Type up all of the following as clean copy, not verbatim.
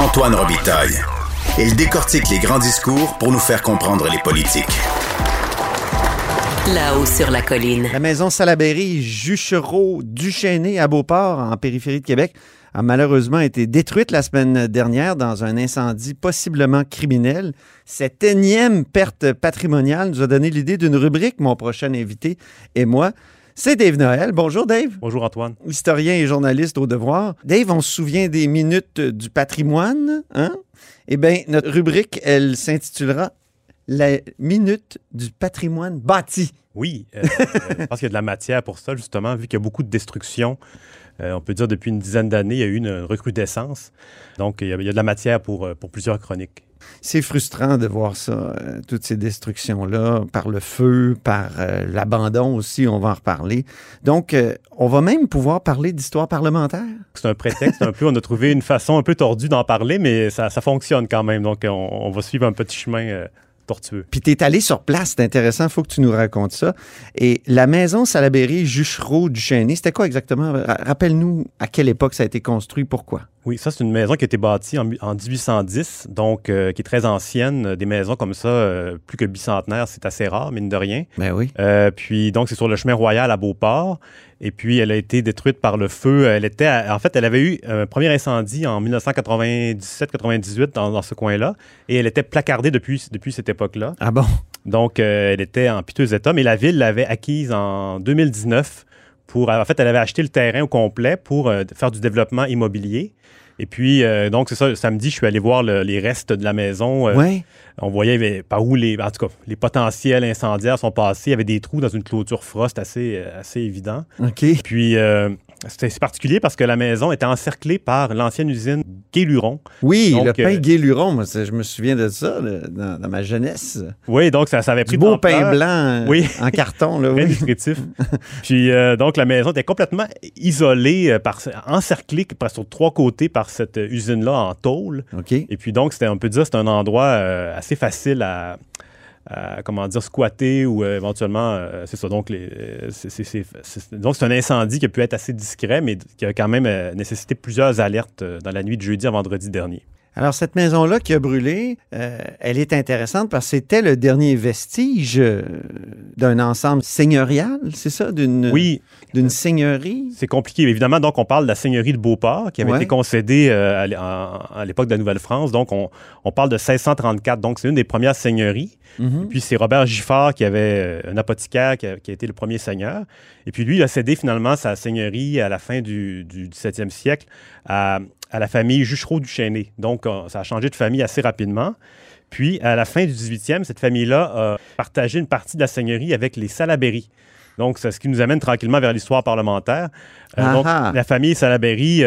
Antoine Robitaille. Il décortique les grands discours pour nous faire comprendre les politiques. Là-haut sur la colline. La maison Salaberry Juchereau-Duchesnay à Beauport, en périphérie de Québec, a malheureusement été détruite la semaine dernière dans un incendie possiblement criminel. Cette énième perte patrimoniale nous a donné l'idée d'une rubrique, mon prochain invité et moi. C'est Dave Noël. Bonjour Dave. Bonjour Antoine. Historien et journaliste au Devoir. Dave, on se souvient des minutes du patrimoine, hein? Eh bien, notre rubrique, elle s'intitulera La minute du patrimoine bâti. Oui, je pense qu'il y a de la matière pour ça, justement, vu qu'il y a beaucoup de destruction. On peut dire depuis une dizaine d'années, il y a eu une recrudescence. Donc, il y a de la matière pour plusieurs chroniques. C'est frustrant de voir ça, toutes ces destructions-là, par le feu, par l'abandon aussi, on va en reparler. Donc, on va même pouvoir parler d'histoire parlementaire. C'est un prétexte un peu, on a trouvé une façon un peu tordue d'en parler, mais ça fonctionne quand même. Donc, on va suivre un petit chemin tortueux. Puis tu es allé sur place, c'est intéressant, il faut que tu nous racontes ça. Et la maison Salaberry Juchereau-Duchesnay, c'était quoi exactement? Rappelle-nous à quelle époque ça a été construit, pourquoi? Oui, ça, c'est une maison qui a été bâtie en 1810, donc qui est très ancienne. Des maisons comme ça, plus que bicentenaires, c'est assez rare, mine de rien. Ben oui. Puis, donc, c'est sur le chemin royal à Beauport. Et puis, elle a été détruite par le feu. Elle avait eu un premier incendie en 1997-98 dans ce coin-là. Et elle était placardée depuis cette époque-là. Ah bon? Donc, elle était en piteux état. Mais la ville l'avait acquise en 2019 elle avait acheté le terrain au complet pour faire du développement immobilier. Et puis, donc, c'est ça, samedi, je suis allé voir les restes de la maison. Oui. On voyait par où les potentiels incendiaires sont passés. Il y avait des trous dans une clôture frost assez évident. OK. Puis, c'est particulier parce que la maison était encerclée par l'ancienne usine Gay-Luron. Oui, donc, le pain Gay-Luron, moi, je me souviens de ça dans ma jeunesse. Oui, donc ça avait pris du beau pain blanc en carton. Là, très oui. nutritif. Puis, donc, la maison était complètement isolée, encerclée sur 3 côtés par cette usine-là en tôle. OK. Et puis, donc, on peut dire que c'est un endroit assez facile à squatter ou éventuellement, c'est ça. Donc, donc, c'est un incendie qui a pu être assez discret, mais qui a quand même nécessité plusieurs alertes dans la nuit de jeudi à vendredi dernier. Alors, cette maison-là qui a brûlé, elle est intéressante parce que c'était le dernier vestige d'un ensemble seigneurial, c'est ça? Oui. D'une seigneurie? C'est compliqué. Évidemment, donc, on parle de la seigneurie de Beauport qui avait été concédée à l'époque de la Nouvelle-France. Donc, on parle de 1634. Donc, c'est une des premières seigneuries. Mm-hmm. Et puis, c'est Robert Giffard qui avait un apothicaire qui a été le premier seigneur. Et puis, lui, il a cédé finalement sa seigneurie à la fin du 17e siècle à la famille Juchereau-Duchesnay. Donc, ça a changé de famille assez rapidement. Puis, à la fin du 18e, cette famille-là a partagé une partie de la seigneurie avec les Salaberry. Donc, c'est ce qui nous amène tranquillement vers l'histoire parlementaire. Donc, la famille Salaberry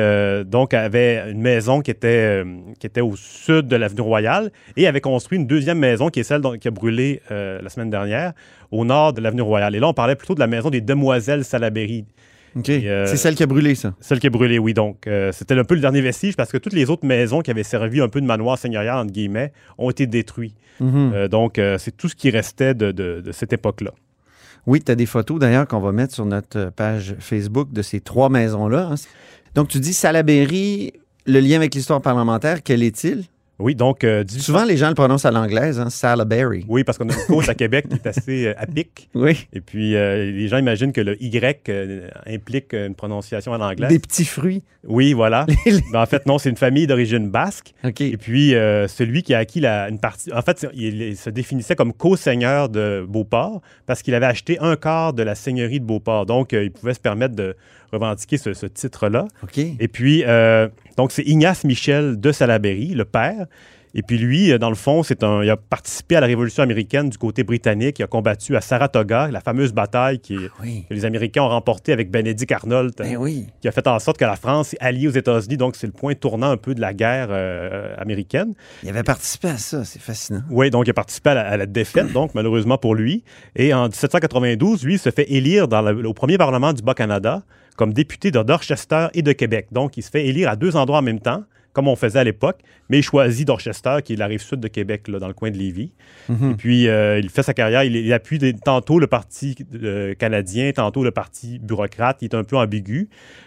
avait une maison qui était au sud de l'avenue Royale et avait construit une deuxième maison qui est celle qui a brûlé la semaine dernière au nord de l'avenue Royale. Et là, on parlait plutôt de la maison des demoiselles Salaberry. OK. C'est celle qui a brûlé, ça? Celle qui a brûlé, oui. Donc, c'était un peu le dernier vestige parce que toutes les autres maisons qui avaient servi un peu de manoir seigneurial, entre guillemets, ont été détruites. Mm-hmm. Donc, c'est tout ce qui restait de cette époque-là. Oui, tu as des photos d'ailleurs qu'on va mettre sur notre page Facebook de ces 3 maisons-là. Hein. Donc, tu dis Salaberry, le lien avec l'histoire parlementaire, quel est-il? Oui, donc... Souvent, les gens le prononcent à l'anglaise, hein, Salaberry. Oui, parce qu'on a une côte à Québec qui est assez à pic. Oui. Et puis, les gens imaginent que le Y implique une prononciation à l'anglaise. Des petits fruits. Oui, voilà. Ben, en fait, non, c'est une famille d'origine basque. OK. Et puis, celui qui a acquis une partie... En fait, il se définissait comme co-seigneur de Beauport parce qu'il avait acheté un quart de la seigneurie de Beauport. Donc, il pouvait se permettre de revendiquer ce titre-là. OK. Et puis, donc, c'est Ignace Michel de Salaberry, le père. Et puis lui, dans le fond, il a participé à la Révolution américaine du côté britannique. Il a combattu à Saratoga, la fameuse bataille que les Américains ont remportée avec Benedict Arnold, qui a fait en sorte que la France est alliée aux États-Unis. Donc, c'est le point tournant un peu de la guerre américaine. Il avait participé à ça, c'est fascinant. Oui, donc il a participé à la défaite, donc malheureusement pour lui. Et en 1792, lui, il se fait élire au premier Parlement du Bas-Canada comme député de Dorchester et de Québec. Donc, il se fait élire à 2 endroits en même temps, comme on faisait à l'époque, mais il choisit Dorchester, qui est la rive sud de Québec, là, dans le coin de Lévis. Mm-hmm. Et puis, il fait sa carrière. Il appuie tantôt le Parti canadien, tantôt le Parti bureaucrate. Il est un peu ambigu.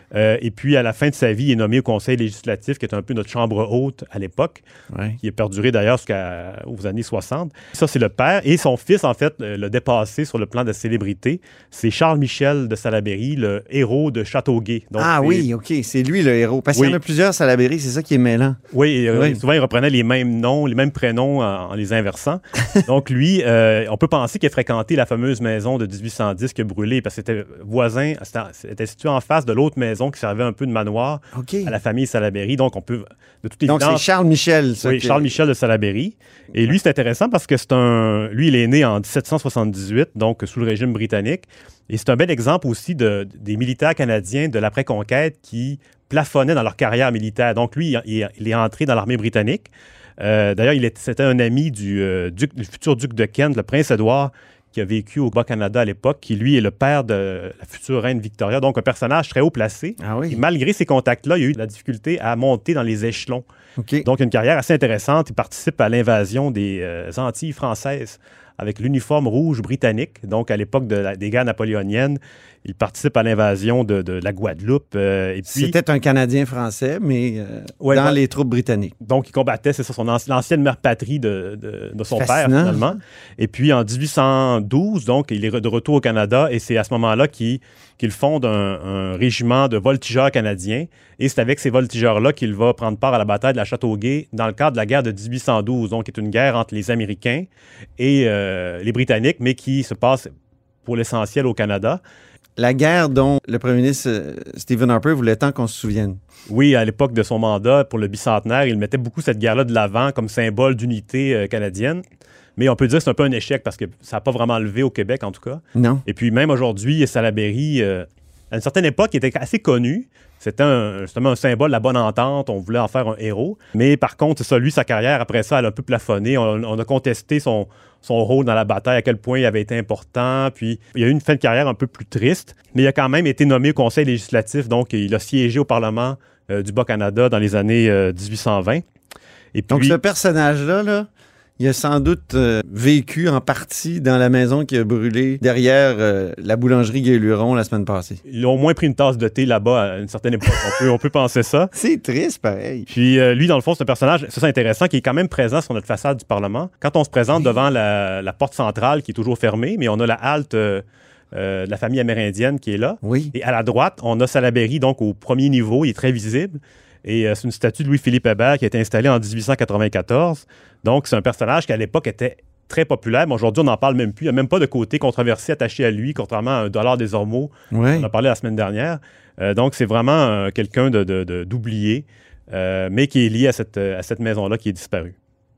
Et puis, à la fin de sa vie, il est nommé au Conseil législatif, qui est un peu notre chambre haute à l'époque, qui a perduré d'ailleurs jusqu'aux années 60. Ça, c'est le père. Et son fils, en fait, l'a dépassé sur le plan de célébrité. C'est Charles-Michel de Salaberry, le héros de Châteauguay. Donc, oui, OK. C'est lui le héros. Parce qu'il y en a plusieurs Salaberry, c'est ça qui est mêlant. Oui, souvent, il reprenait les mêmes noms, les mêmes prénoms en les inversant. Donc, lui, on peut penser qu'il a fréquenté la fameuse maison de 1810 qui a brûlé, parce que c'était voisin, c'était situé en face de l'autre maison qui servait un peu de manoir à la famille Salaberry. Donc, on peut, de toute évidence... Donc, c'est Charles-Michel, ça. Oui, Charles-Michel de Salaberry. Et lui, c'est intéressant parce que lui, il est né en 1778, donc sous le régime britannique. Et c'est un bel exemple aussi des militaires canadiens de l'après-conquête qui plafonnaient dans leur carrière militaire. Donc, lui, il est entré dans l'armée britannique. D'ailleurs, c'était un ami du futur duc de Kent, le prince Édouard, qui a vécu au Bas-Canada à l'époque, qui, lui, est le père de la future reine Victoria, donc un personnage très haut placé. Et malgré ces contacts-là, il a eu de la difficulté à monter dans les échelons. Donc, une carrière assez intéressante. Il participe à l'invasion des Antilles françaises avec l'uniforme rouge britannique. Donc, à l'époque des guerres napoléoniennes, il participe à l'invasion de la Guadeloupe. Et puis, c'était un Canadien français, mais dans les troupes britanniques. Donc, il combattait, c'est ça, l'ancienne mère patrie de son père, finalement. Et puis, en 1812, donc, il est de retour au Canada et c'est à ce moment-là qu'il fonde un régiment de voltigeurs canadiens. Et c'est avec ces voltigeurs-là qu'il va prendre part à la bataille de la Châteauguay dans le cadre de la guerre de 1812, donc qui est une guerre entre les Américains et les Britanniques, mais qui se passe pour l'essentiel au Canada. La guerre dont le premier ministre Stephen Harper voulait tant qu'on se souvienne. Oui, à l'époque de son mandat, pour le bicentenaire, il mettait beaucoup cette guerre-là de l'avant comme symbole d'unité canadienne. Mais on peut dire que c'est un peu un échec parce que ça n'a pas vraiment levé au Québec, en tout cas. Non. Et puis même aujourd'hui, Salaberry, à une certaine époque, il était assez connu. C'était justement un symbole de la bonne entente. On voulait en faire un héros. Mais par contre, ça, lui, sa carrière, après ça, elle a un peu plafonné. On a contesté son rôle dans la bataille, à quel point il avait été important. Puis, il a eu une fin de carrière un peu plus triste. Mais il a quand même été nommé au Conseil législatif. Donc, il a siégé au Parlement du Bas-Canada dans les années 1820. Et puis, donc, ce personnage-là, il a sans doute vécu en partie dans la maison qui a brûlé derrière la boulangerie Gay-Luron la semaine passée. Ils ont au moins pris une tasse de thé là-bas à une certaine époque. On peut penser ça. C'est triste, pareil. Puis lui, dans le fond, c'est un personnage, ça c'est intéressant, qui est quand même présent sur notre façade du Parlement. Quand on se présente devant la porte centrale qui est toujours fermée, mais on a la halte de la famille amérindienne qui est là. Oui. Et à la droite, on a Salaberry, donc au premier niveau, il est très visible. Et c'est une statue de Louis-Philippe Hébert qui a été installée en 1894. Donc, c'est un personnage qui, à l'époque, était très populaire. Mais aujourd'hui, on n'en parle même plus. Il n'y a même pas de côté controversé attaché à lui, contrairement à $1 des Ormeaux. On en a parlé la semaine dernière. Donc, c'est vraiment quelqu'un d'oublié, mais qui est lié à cette maison-là qui est disparue.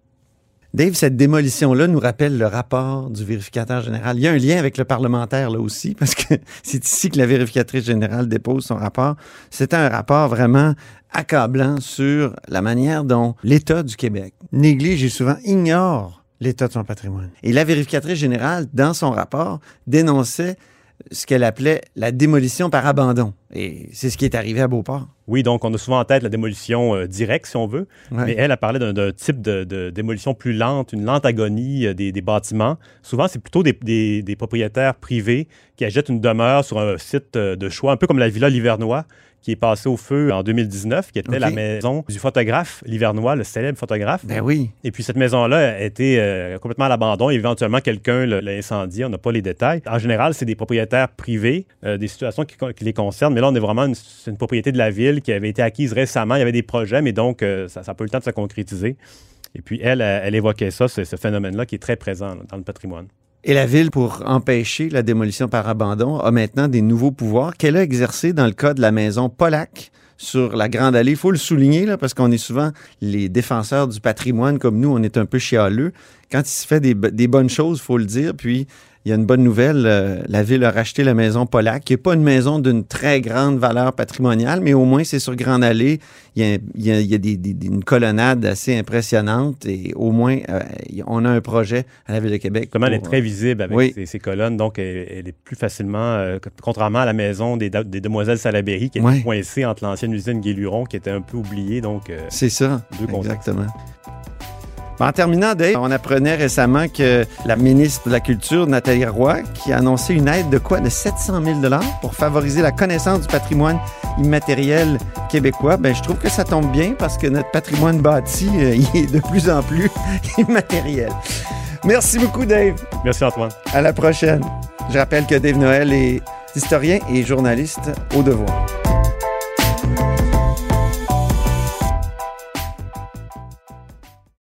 Dave, cette démolition-là nous rappelle le rapport du vérificateur général. Il y a un lien avec le parlementaire, là aussi, parce que c'est ici que la vérificatrice générale dépose son rapport. C'était un rapport vraiment accablant sur la manière dont l'État du Québec néglige et souvent ignore l'état de son patrimoine. Et la vérificatrice générale, dans son rapport, dénonçait ce qu'elle appelait la démolition par abandon. Et c'est ce qui est arrivé à Beauport. Oui, donc on a souvent en tête la démolition directe, si on veut, mais elle a parlé d'un type de démolition plus lente, une lente agonie des bâtiments. Souvent, c'est plutôt des propriétaires privés qui achètent une demeure sur un site de choix, un peu comme la Villa Livernois, qui est passée au feu en 2019, qui était la maison du photographe Livernois, le célèbre photographe. Ben oui. Et puis cette maison-là a été complètement à l'abandon. Éventuellement, quelqu'un l'a incendié. On n'a pas les détails. En général, c'est des propriétaires privés, des situations qui les concernent. Mais là, on est vraiment c'est une propriété de la ville qui avait été acquise récemment. Il y avait des projets, mais donc ça n'a pas eu le temps de se concrétiser. Et puis elle évoquait ça, ce phénomène-là qui est très présent dans le patrimoine. Et la Ville, pour empêcher la démolition par abandon, a maintenant des nouveaux pouvoirs qu'elle a exercés dans le cas de la maison Polac sur la Grande Allée. Il faut le souligner, là, parce qu'on est souvent les défenseurs du patrimoine, comme nous, on est un peu chialeux. Quand il se fait des bonnes choses, il faut le dire, puis il y a une bonne nouvelle, la Ville a racheté la maison Polac, qui n'est pas une maison d'une très grande valeur patrimoniale, mais au moins c'est sur Grande Allée. Il y a une colonnade assez impressionnante et au moins on a un projet à la Ville de Québec. Elle est très visible avec ces colonnes, donc elle est plus facilement, contrairement à la maison des demoiselles Salaberry qui était coincée entre l'ancienne usine Gay-Luron qui était un peu oubliée. Donc, c'est ça, exactement. En terminant, Dave, on apprenait récemment que la ministre de la Culture, Nathalie Roy, qui a annoncé une aide de quoi? De 700 000 $ pour favoriser la connaissance du patrimoine immatériel québécois. Ben, je trouve que ça tombe bien parce que notre patrimoine bâti, il est de plus en plus immatériel. Merci beaucoup, Dave. Merci, Antoine. À la prochaine. Je rappelle que Dave Noël est historien et journaliste au Devoir.